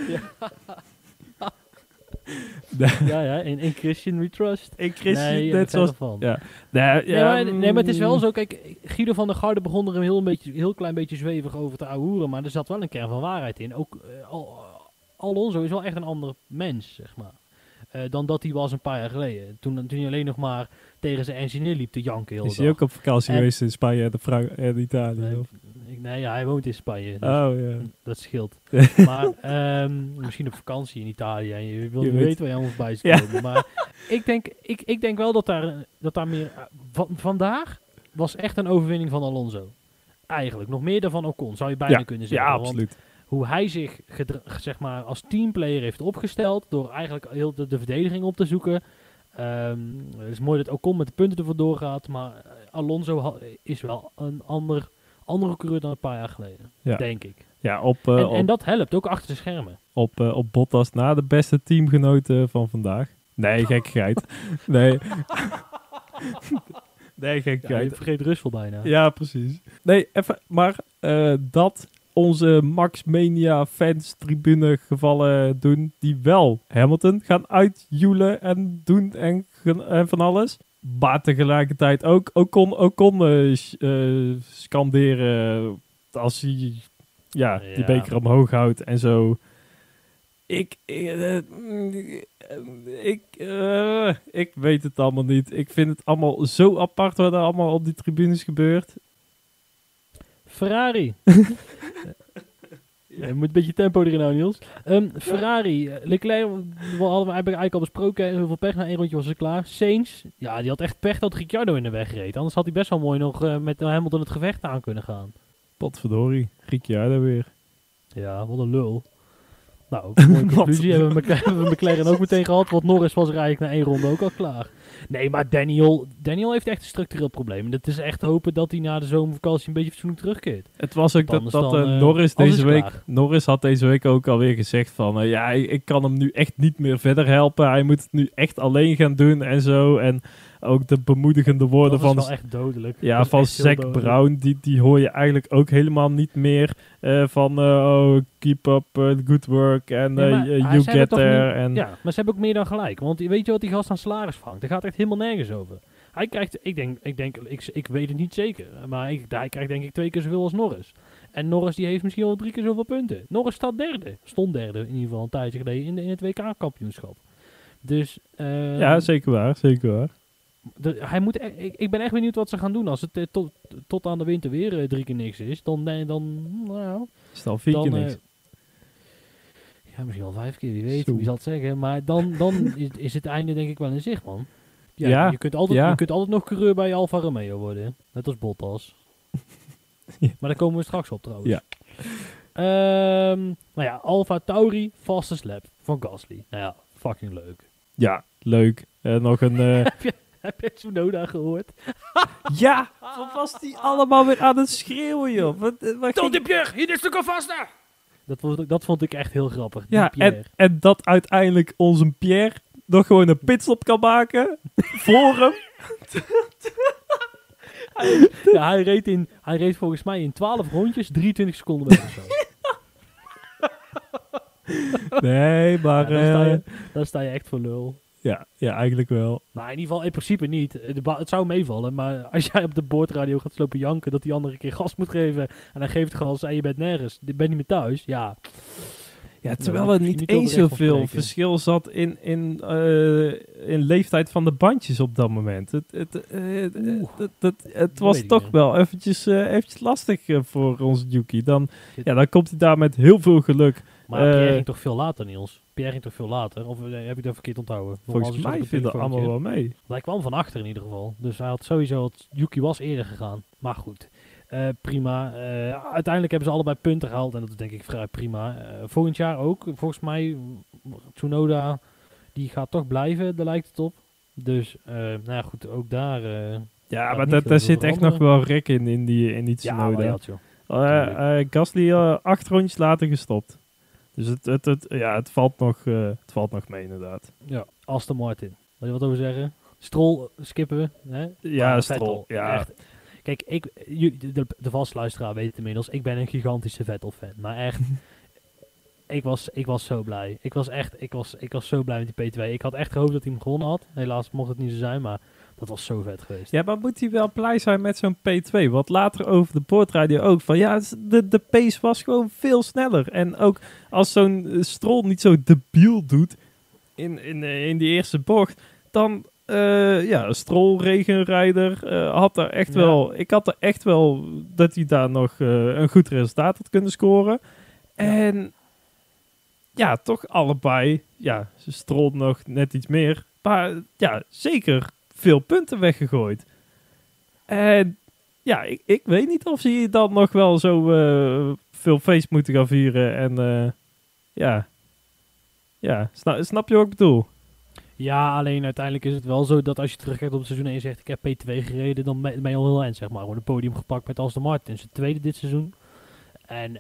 Ja, in Christian we trust. In Christian, nee, net zoals... van. Ja. Maar het is wel zo. Kijk, Guido van der Garde begon er een heel klein beetje zwevig over te ouwehoeren. Maar er zat wel een kern van waarheid in. Ook Alonso is wel echt een ander mens, zeg maar. Dan dat hij was een paar jaar geleden. Toen hij alleen nog maar tegen zijn engineer liep te janken heel de dag. Is hij ook op vakantie geweest in Spanje en Italië? Hij woont in Spanje. Dus ja. Dat scheelt. Maar misschien op vakantie in Italië. En je wil niet weten waar je allemaal bij is komen. Ja. Maar ik denk wel dat daar meer... Vandaag was echt een overwinning van Alonso. Eigenlijk. Nog meer dan van Ocon, zou je bijna kunnen zeggen. Ja, absoluut. Want hoe hij zich zeg maar, als teamplayer heeft opgesteld... door eigenlijk heel de verdediging op te zoeken... het is mooi dat Ocon met de punten ervoor doorgaat... maar Alonso is wel een andere coureur dan een paar jaar geleden. Denk ik. Ja, en dat helpt, ook achter de schermen. Op Bottas na de beste teamgenoten van vandaag. Nee, gekkigheid. Nee. Nee, gekkigheid. Je vergeet Russell bijna. Ja, precies. Nee, even, maar dat onze Max Mania fans tribune gevallen doen, die wel Hamilton gaan uitjoelen en doen en van alles. Maar tegelijkertijd ook Ocon scanderen als hij die beker omhoog houdt en zo. Ik weet het allemaal niet. Ik vind het allemaal zo apart wat er allemaal op die tribunes gebeurt. Ferrari. Je moet een beetje tempo erin houden, Niels. Ferrari. Leclerc hadden we eigenlijk al besproken. Heel veel pech. Na 1 rondje was het klaar. Sainz. Ja, die had echt pech dat Ricciardo in de weg reed. Anders had hij best wel mooi nog met Hamilton het gevecht aan kunnen gaan. Potverdorie. Ricciardo weer. Ja, wat een lul. Nou, een mooie conclusie hebben we McLaren ook meteen gehad. Want Norris was er eigenlijk na 1 ronde ook al klaar. Nee, maar Daniel heeft echt een structureel probleem. En het is echt hopen dat hij na de zomervakantie een beetje fatsoenlijk terugkeert. Het was ook dat Norris deze week... Norris had deze week ook alweer gezegd van... ik kan hem nu echt niet meer verder helpen. Hij moet het nu echt alleen gaan doen en zo. En ook de bemoedigende woorden van... Dat is wel echt dodelijk. Ja, van Zac Brown. Die hoor je eigenlijk ook helemaal niet meer. Van keep up good work en you get there. Ja, maar ze hebben ook meer dan gelijk. Want weet je wat die gast aan salaris vangt? Daar gaat echt helemaal nergens over. Hij krijgt, ik weet het niet zeker. Maar hij krijgt denk ik 2 keer zoveel als Norris. En Norris die heeft misschien al 3 keer zoveel punten. Norris staat derde. Stond derde in ieder geval een tijdje geleden in het WK-kampioenschap. Dus... ja, zeker waar. Zeker waar. Ik ben echt benieuwd wat ze gaan doen. Als het tot aan de winter weer 3 keer niks is, dan nou, is het al 4 keer niks. Ja, misschien wel 5 keer, wie weet. Zo. Wie zal het zeggen. Maar dan is het einde denk ik wel in zicht, man. Ja, Ja, je kunt altijd nog coureur bij Alfa Romeo worden. Hè? Net als Bottas. Ja. Maar daar komen we straks op trouwens. Ja. Nou ja, Alfa Tauri, fastest lap van Gasly. Nou ja, fucking leuk. Ja, leuk. Nog een... Heb je Tsunoda gehoord? ja, wat was die allemaal weer aan het schreeuwen, joh? Tot Pierre, hier is de vaster! Dat vond ik echt heel grappig. Ja, Pierre. en dat uiteindelijk onze Pierre nog gewoon een pitstop kan maken voor hem. Ja, hij reed volgens mij in 12 rondjes 23 seconden weg of zo. Nee, maar... Ja, dan sta je echt voor lul. ja, eigenlijk wel. Nou, in ieder geval in principe niet. Het zou meevallen, maar als jij op de boordradio gaat slopen janken dat die andere een keer gas moet geven en hij geeft gas en je bent nergens, je bent niet meer thuis, ja. Ja, terwijl Nou, er niet niet eens over recht van zoveel spreken. verschil zat in leeftijd van de bandjes op dat moment. Het was weet ik toch niet. wel eventjes lastig voor onze Yuki. Dan komt hij daar met heel veel geluk. Maar Pierre ging toch veel later, Niels? Pierre ging toch veel later? Of heb ik dat verkeerd onthouden? Volgens mij viel dat allemaal wel mee. Hij kwam van achter in ieder geval. Dus hij had sowieso... Yuki was eerder gegaan. Maar goed. Prima. Uiteindelijk hebben ze allebei punten gehaald. En dat is denk ik vrij prima. Volgend jaar ook. Volgens mij... Tsunoda... Die gaat toch blijven. Daar lijkt het op. Dus... nou ja, goed. Ook daar... Ja, gaat maar niet heel daar veel zit echt nog veranderen. wel rek in die Ja, maar Tsunoda. ja, joh. Gasly 8 rondjes later gestopt. Dus het valt nog mee inderdaad. Ja. Aston Martin. Wil je wat over zeggen? Stroll skippen we. Hè? Ja, Maar Stroll. Vettel, Ja. echt. Kijk, de vaste luisteraar weet het inmiddels. Ik ben een gigantische Vettel-fan. Maar echt, ik was zo blij. Ik was zo blij met die P2. Ik had echt gehoopt dat hij hem gewonnen had. Helaas mocht het niet zo zijn, maar dat was zo vet geweest. Ja, maar moet hij wel blij zijn met zo'n P2? Want later over de boordradio ook van... Ja, de pace was gewoon veel sneller. En ook als zo'n Stroll niet zo debiel doet in die eerste bocht... Dan, Stroll, regenrijder, had er echt wel... Ik had er echt wel dat hij daar nog een goed resultaat had kunnen scoren. En ja, toch allebei... Ja, Stroll nog net iets meer. Maar ja, zeker... veel punten weggegooid. En ja, ik weet niet of ze hier dan nog wel zo veel feest moeten gaan vieren. En snap je wat ik bedoel? Ja, alleen uiteindelijk is het wel zo dat als je terugkijkt op het seizoen en je zegt ik heb P2 gereden, dan ben je al heel eind, zeg maar. Gewoon een podium gepakt met Aston Martin. Zijn tweede dit seizoen. En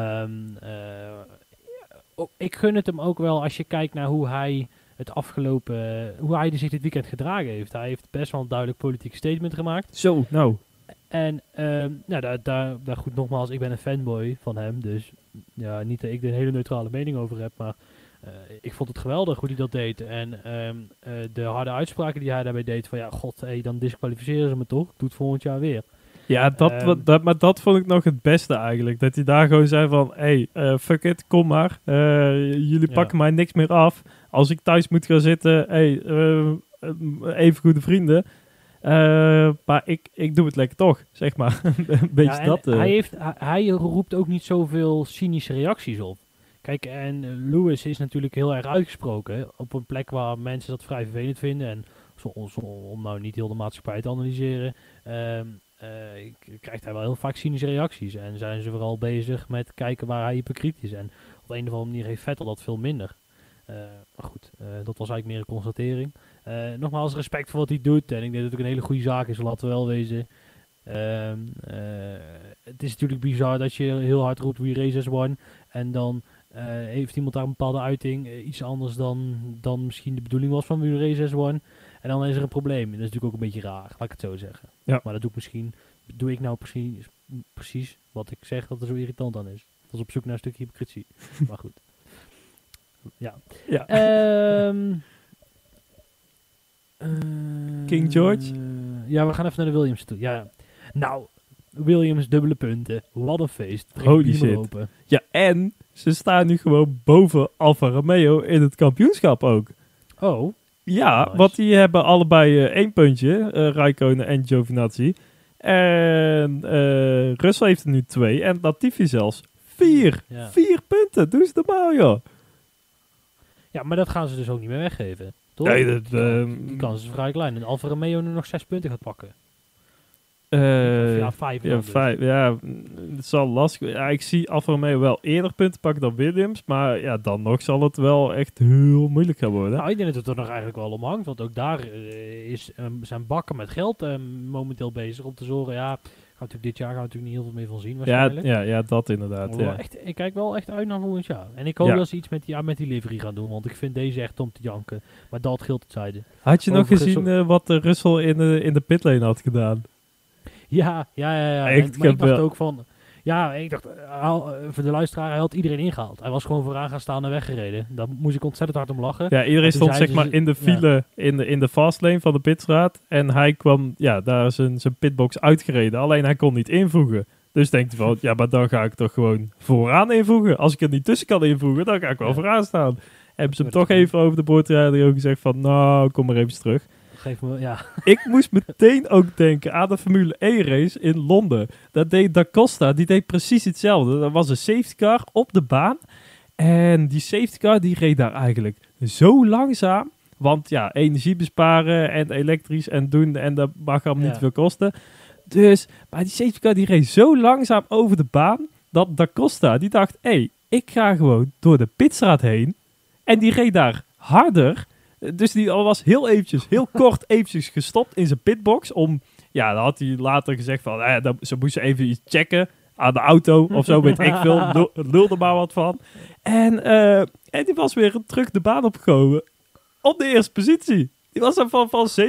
ik gun het hem ook wel als je kijkt naar hoe hij hoe hij zich dit weekend gedragen heeft. Hij heeft best wel een duidelijk politiek statement gemaakt. Zo, nou. En daar goed nogmaals, ik ben een fanboy van hem. Dus ja, niet dat ik er een hele neutrale mening over heb, maar ik vond het geweldig hoe hij dat deed. En de harde uitspraken die hij daarbij deed van ja, god, dan disqualificeren ze me toch. Doe het volgend jaar weer. Ja, maar dat vond ik nog het beste eigenlijk. Dat hij daar gewoon zei van, fuck it, kom maar. Jullie pakken mij niks meer af. Als ik thuis moet gaan zitten, even goede vrienden. Maar ik doe het lekker toch, zeg maar. Een beetje dat. Hij roept ook niet zoveel cynische reacties op. Kijk, en Lewis is natuurlijk heel erg uitgesproken. Op een plek waar mensen dat vrij vervelend vinden. En om nou niet heel de maatschappij te analyseren... krijgt hij wel heel vaak cynische reacties. En zijn ze vooral bezig met kijken waar hij hypocriet is. En op een of andere manier heeft Vettel dat veel minder. Maar goed, dat was eigenlijk meer een constatering. Nogmaals, respect voor wat hij doet. En ik denk dat het ook een hele goede zaak is, laten we wel wezen. Het is natuurlijk bizar dat je heel hard roept wie race has won. En dan heeft iemand daar een bepaalde uiting. Iets anders dan misschien de bedoeling was van wie race has won. En dan is er een probleem. En dat is natuurlijk ook een beetje raar, laat ik het zo zeggen. Ja. Maar dat doe ik nou precies wat ik zeg dat er zo irritant aan is. Dat is op zoek naar een stukje hypocrisie. Maar goed. Ja. King George? Ja, we gaan even naar de Williams toe. Ja. Nou, Williams dubbele punten. Wat een feest. Holy shit. Open. Ja, en ze staan nu gewoon boven Alfa Romeo in het kampioenschap ook. Oh. Ja, Nice. want die hebben allebei 1 puntje, Räikkönen en Giovinazzi. En Russell heeft er nu 2 en Latifi zelfs 4. Ja. 4 punten, doe eens normaal joh. Ja, maar dat gaan ze dus ook niet meer weggeven. Toch? Nee, dat, die kans is vrij klein. En Alfa Romeo nu nog 6 punten gaat pakken. ja, 5 ja, 5. Ja, het zal lastig. Ja, ik zie Alfa Romeo wel eerder punten pakken dan Williams. Maar ja, dan nog zal het wel echt heel moeilijk gaan worden. Nou, ik denk dat het er nog eigenlijk wel om hangt. Want ook daar zijn bakken met geld momenteel bezig om te zorgen. Ja, dit jaar gaan we natuurlijk niet heel veel meer van zien waarschijnlijk. Ja, dat inderdaad. Ja. Ik kijk wel echt uit naar volgend jaar. En ik hoop dat ze iets met die livery gaan doen. Want ik vind deze echt om te janken. Maar dat geldt het zijde. Had je nog gezien wat Russell in de pitlane had gedaan? Ja. Echt, Maar ik dacht ook van... Ja, ik dacht, voor de luisteraar, hij had iedereen ingehaald. Hij was gewoon vooraan gaan staan en weggereden. Daar moest ik ontzettend hard om lachen. Ja, iedereen stond zeg maar in de file in de fastlane van de pitstraat. En hij kwam daar zijn pitbox uitgereden. Alleen hij kon niet invoegen. Dus denkt hij van, ja, maar dan ga ik toch gewoon vooraan invoegen. Als ik er niet tussen kan invoegen, dan ga ik wel vooraan staan. Hebben ze hem toch even over de boordradio gezegd van, nou, kom maar even terug. Geef me, ja. Ik moest meteen ook denken aan de Formule E race in Londen. Dat deed Da Costa, die deed precies hetzelfde. Er was een safety car op de baan. En die safety car die reed daar eigenlijk zo langzaam. Want ja, energie besparen en elektrisch en doen. En dat mag allemaal niet veel kosten. Dus, maar die safety car die reed zo langzaam over de baan. Dat Da Costa die dacht, ik ga gewoon door de pitstraat heen. En die reed daar harder. Dus die was heel kort eventjes gestopt in zijn pitbox. Dan had hij later gezegd van, ze moesten even iets checken aan de auto of zo, weet ik veel. Lulde maar wat van. En die was weer terug de baan opgekomen op de eerste positie. Die was dan van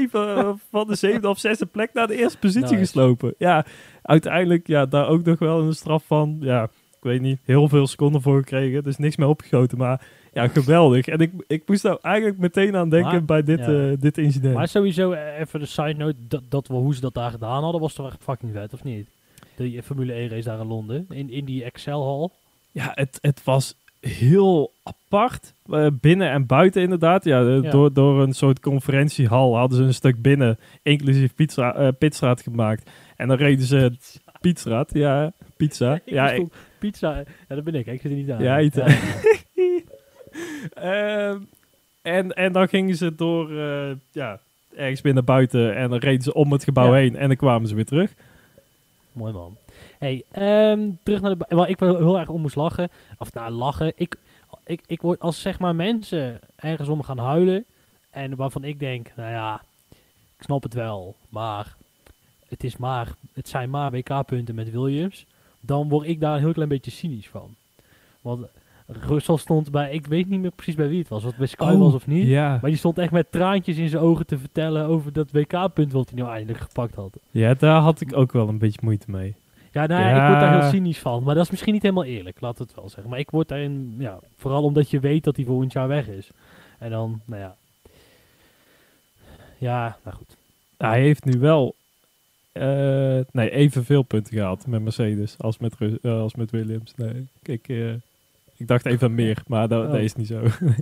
de zevende of zesde plek naar de eerste positie geslopen. Ja, uiteindelijk daar ook nog wel een straf van, ik weet niet, heel veel seconden voor gekregen. Dus niks meer opgegoten, maar ja, geweldig. En ik moest nou eigenlijk meteen aan denken bij dit incident. Maar sowieso, even de side note, hoe ze dat daar gedaan hadden, was toch echt fucking vet, of niet? De Formule E race daar in Londen, in die Excel-hal. Ja, het was heel apart. Binnen en buiten inderdaad. Door een soort conferentiehal hadden ze een stuk binnen, inclusief pitstraat gemaakt. En dan reden ze pitstraat, pizza. Pizza, dat ben ik zit er niet aan. Ja, en dan gingen ze door ergens binnen buiten en dan reden ze om het gebouw heen en dan kwamen ze weer terug. Mooi man. Hey, terug naar de... Waar ik wel heel erg om moest lachen. Of nou, lachen. Ik word als zeg maar mensen ergens om gaan huilen. En waarvan ik denk, nou ja, ik snap het wel. Maar het zijn maar WK-punten met Williams. Dan word ik daar een heel klein beetje cynisch van. Want Russell stond bij, ik weet niet meer precies bij wie het was. Of het bij Sky was of niet. Ja. Maar die stond echt met traantjes in zijn ogen te vertellen over dat WK-punt wat hij nou eindelijk gepakt had. Ja, daar had ik ook wel een beetje moeite mee. Ja, ik word daar heel cynisch van. Maar dat is misschien niet helemaal eerlijk, laat het wel zeggen. Maar ik word daarin, vooral omdat je weet dat hij volgend jaar weg is. En dan, Ja, nou goed. Hij heeft nu wel evenveel punten gehaald met Mercedes als met Williams. Nee, ik dacht even meer, maar dat is niet zo.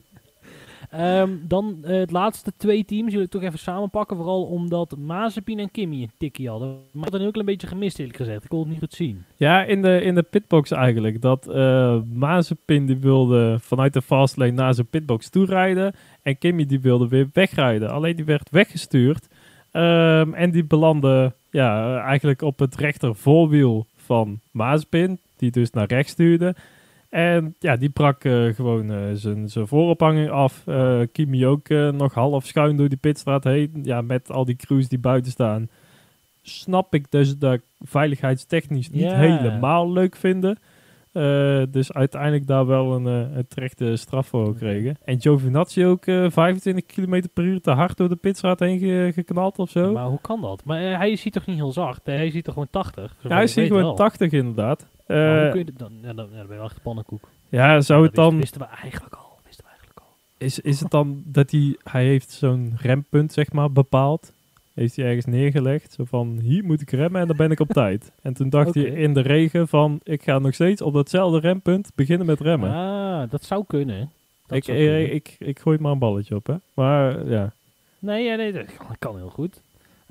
Dan het laatste 2 teams wil ik toch even samenpakken. Vooral omdat Mazepin en Kimi een tikkie hadden. Maar ik had een heel klein beetje gemist eerlijk gezegd. Ik kon het niet goed zien. Ja, in de pitbox eigenlijk. Dat Mazepin die wilde vanuit de fastlane naar zijn pitbox toerijden. En Kimi die wilde weer wegrijden. Alleen die werd weggestuurd. En die belandde eigenlijk op het rechter voorwiel van Mazepin. Die dus naar rechts stuurde. En die brak gewoon zijn voorophanging af. Kimi ook nog half schuin door die pitstraat heen. Ja, met al die crews die buiten staan. Snap ik dus dat veiligheidstechnisch niet helemaal leuk vinden. Dus uiteindelijk daar wel een terechte straf voor gekregen. En Giovinazzi ook 25 km per uur te hard door de pitstraat heen geknald of zo. Maar hoe kan dat? Maar hij ziet toch niet heel zacht? Hij ziet toch gewoon 80? Ja, hij ziet gewoon 80 inderdaad. Hoe kun je dan? Dan ben je wel echt de pannenkoek. Ja, zou het dan... Wisten we eigenlijk al. Is het dan dat hij heeft zo'n rempunt, zeg maar, bepaald? Heeft hij ergens neergelegd. Zo van, hier moet ik remmen en dan ben ik op tijd. En toen dacht hij in de regen van, ik ga nog steeds op datzelfde rempunt beginnen met remmen. Ah, dat zou kunnen. Ik gooi maar een balletje op, hè. Maar, ja. Nee, dat kan heel goed.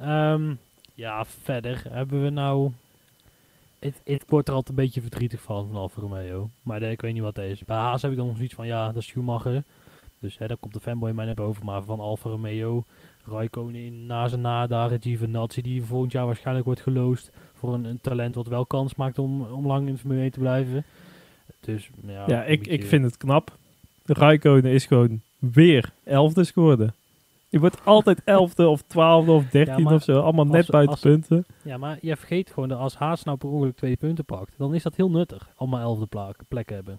Verder hebben we nou... Ik word er altijd een beetje verdrietig van Alfa Romeo. Maar ik weet niet wat dat is. Bij Haas heb ik dan zoiets van, dat is Schumacher. Dus daar komt de fanboy mij naar boven. Maar van Alfa Romeo, Raikkonen na zijn nadagen, Giovinazzi die volgend jaar waarschijnlijk wordt geloosd voor een talent wat wel kans maakt om lang in de Formule 1 te blijven. Dus ja, ik vind het knap. Raikkonen is gewoon weer 11e geworden. Je wordt altijd 11e of 12e of 13e of zo. Allemaal net buiten punten. Ja, maar je vergeet gewoon dat als Haas nou per ongeluk 2 punten pakt, dan is dat heel nuttig. Allemaal 11e plek hebben.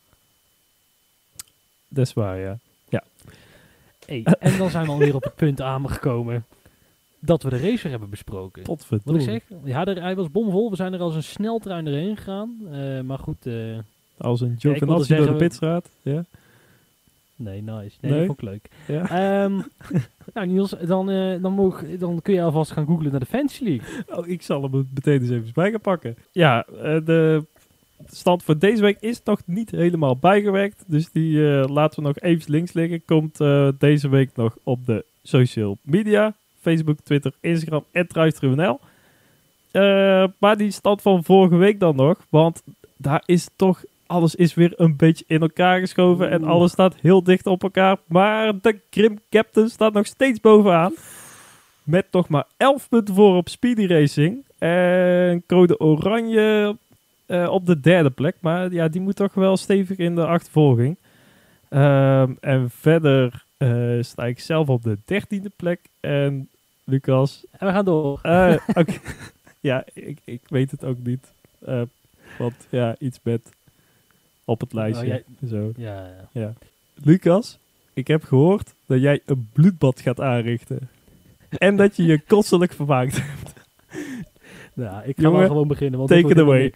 Dat is waar, ja. Hey, en dan zijn we alweer op het punt aangekomen dat we de racer hebben besproken. Potverdorie. Wat ik zeg, ja, hij was bomvol. We zijn er als een sneltrein erheen gegaan. Maar goed. Als een Giovinazzi door de pitstraat. Ja. Nee, nice. Nee, dat vond ik leuk. Ja. Nou Niels, dan kun je alvast gaan googlen naar de Fantasy League. Oh, ik zal hem meteen eens even bij gaan pakken. Ja, de stand voor deze week is nog niet helemaal bijgewerkt. Dus die laten we nog even links liggen. Komt deze week nog op de social media. Facebook, Twitter, Instagram en Truister.nl. Maar die stand van vorige week dan nog. Want daar is toch... Alles is weer een beetje in elkaar geschoven. En alles staat heel dicht op elkaar. Maar de Grim Captain staat nog steeds bovenaan. Met nog maar 11 punten voor op Speedy Racing. En Code Oranje op de 3e plek. Maar ja, die moet toch wel stevig in de achtervolging. En verder sta ik zelf op de 13e plek. En Lucas... En we gaan door. Okay. Ja, ik weet het ook niet. Want ja, iets met... op het lijstje. Zo. Ja. Lucas, ik heb gehoord dat jij een bloedbad gaat aanrichten. En dat je je kostelijk vermaakt hebt. Nou, ik ga maar gewoon beginnen. Want take it away.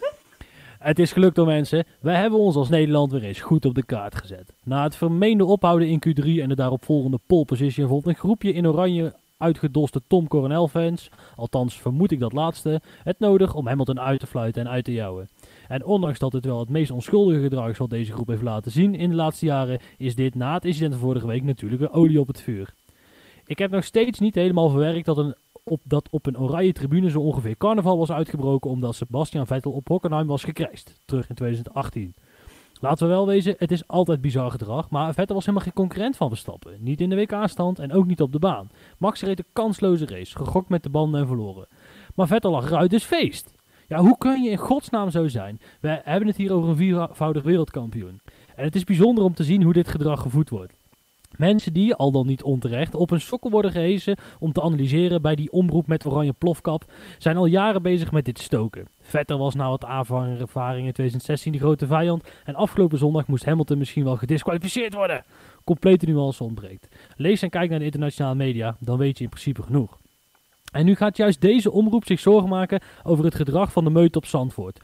Het is gelukt hoor mensen. Wij hebben ons als Nederland weer eens goed op de kaart gezet. Na het vermeende ophouden in Q3 en de daaropvolgende pole position vond een groepje in oranje uitgedoste Tom Coronel fans, althans vermoed ik dat laatste, het nodig om Hamilton uit te fluiten en uit te jouwen. En ondanks dat het wel het meest onschuldige gedrag is wat deze groep heeft laten zien in de laatste jaren, is dit na het incident van vorige week natuurlijk een olie op het vuur. Ik heb nog steeds niet helemaal verwerkt dat op een oranje tribune zo ongeveer carnaval was uitgebroken omdat Sebastian Vettel op Hockenheim was gecrashed, terug in 2018. Laten we wel wezen, het is altijd bizar gedrag, maar Vettel was helemaal geen concurrent van Verstappen. Niet in de WK-stand en ook niet op de baan. Max reed een kansloze race, gegokt met de banden en verloren. Maar Vettel lag eruit, dus feest. Ja, hoe kun je in godsnaam zo zijn? We hebben het hier over een viervoudig wereldkampioen. En het is bijzonder om te zien hoe dit gedrag gevoed wordt. Mensen die, al dan niet onterecht, op een sokkel worden gehezen om te analyseren bij die omroep met oranje plofkap, zijn al jaren bezig met dit stoken. Vettel was na wat ervaring in 2016 de grote vijand en afgelopen zondag moest Hamilton misschien wel gedisqualificeerd worden. Complete nuance ontbreekt. Lees en kijk naar de internationale media, dan weet je in principe genoeg. En nu gaat juist deze omroep zich zorgen maken over het gedrag van de meute op Zandvoort.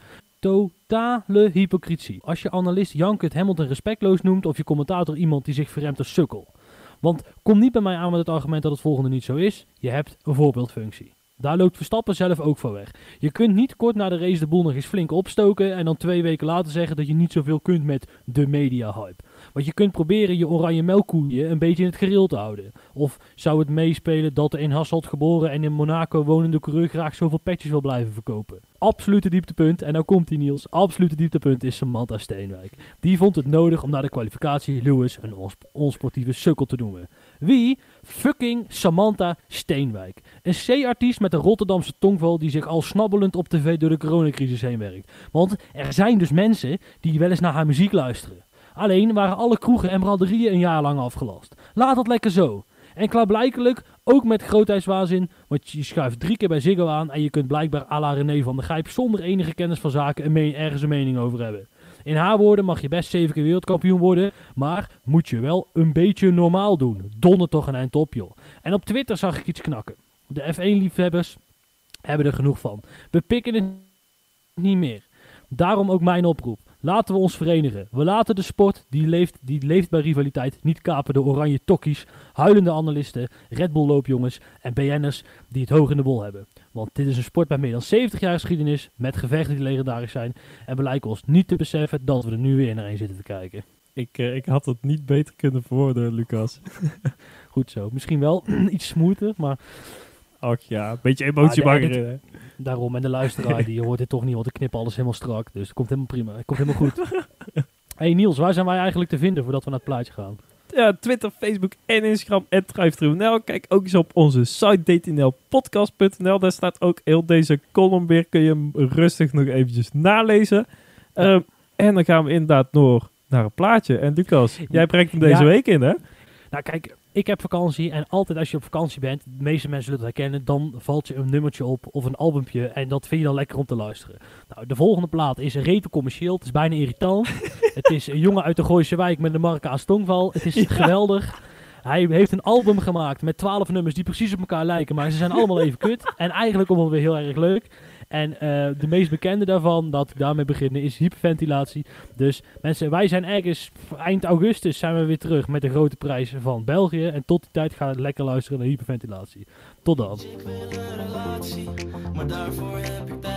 Totale hypocrisie. Als je analist jankend Hamilton respectloos noemt of je commentator iemand die zich verremt als sukkel. Want kom niet bij mij aan met het argument dat het volgende niet zo is. Je hebt een voorbeeldfunctie. Daar loopt Verstappen zelf ook voor weg. Je kunt niet kort na de race de boel nog eens flink opstoken en dan 2 weken later zeggen dat je niet zoveel kunt met de media-hype. Want je kunt proberen je oranje melkkoeien een beetje in het gereel te houden. Of zou het meespelen dat de in Hasselt geboren en in Monaco wonende coureur graag zoveel petjes wil blijven verkopen? Absolute dieptepunt, en nou komt die Niels, absolute dieptepunt is Samantha Steenwijk. Die vond het nodig om na de kwalificatie Lewis een onsportieve sukkel te noemen. Wie? Fucking Samantha Steenwijk. Een C-artiest met een Rotterdamse tongval die zich al snabbelend op tv door de coronacrisis heen werkt. Want er zijn dus mensen die wel eens naar haar muziek luisteren. Alleen waren alle kroegen en braderieën een jaar lang afgelast. Laat dat lekker zo. En klaarblijkelijk ook met grootheidswaanzin, want je schuift 3 keer bij Ziggo aan en je kunt blijkbaar à la René van der Gijp zonder enige kennis van zaken ergens een mening over hebben. In haar woorden mag je best 7 keer wereldkampioen worden, maar moet je wel een beetje normaal doen. Donder toch een eind op joh. En op Twitter zag ik iets knakken. De F1-liefhebbers hebben er genoeg van. We pikken het niet meer. Daarom ook mijn oproep. Laten we ons verenigen. We laten de sport, die leeft bij rivaliteit, niet kapen door oranje tokkies, huilende analisten, Red Bull loopjongens en BN'ers die het hoog in de bol hebben. Want dit is een sport met meer dan 70 jaar geschiedenis, met gevechten die legendarisch zijn. En we lijken ons niet te beseffen dat we er nu weer naar een zitten te kijken. Ik had het niet beter kunnen verwoorden, Lucas. Goed zo. Misschien wel iets smoother, maar... Ach ja, een beetje emotie mag erin. Daarom, en de luisteraar die hoort dit toch niet, want ik knip alles helemaal strak. Dus het komt helemaal prima. Het komt helemaal goed. Hey Niels, waar zijn wij eigenlijk te vinden voordat we naar het plaatje gaan? Ja, Twitter, Facebook en Instagram @drive-thru_nl. Kijk ook eens op onze site dtnlpodcast.nl. Daar staat ook heel deze column weer. Kun je hem rustig nog eventjes nalezen. En dan gaan we inderdaad door naar een plaatje. En Lucas, jij brengt hem deze week in, hè? Nou kijk, ik heb vakantie en altijd als je op vakantie bent, de meeste mensen zullen het herkennen, dan valt je een nummertje op of een albumpje en dat vind je dan lekker om te luisteren. Nou, de volgende plaat is rete commercieel, het is bijna irritant. Het is een jongen uit de Gooise Wijk met de marke aan Stongval. Het is geweldig. Hij heeft een album gemaakt met 12 nummers die precies op elkaar lijken, maar ze zijn allemaal even kut. En eigenlijk ook wel weer heel erg leuk. En de meest bekende daarvan, dat ik daarmee beginnen, is Hyperventilatie. Dus mensen, wij zijn ergens eind augustus zijn we weer terug met de grote prijs van België. En tot die tijd gaan we lekker luisteren naar Hyperventilatie. Tot dan. Ik wil een relatie, maar daarvoor heb ik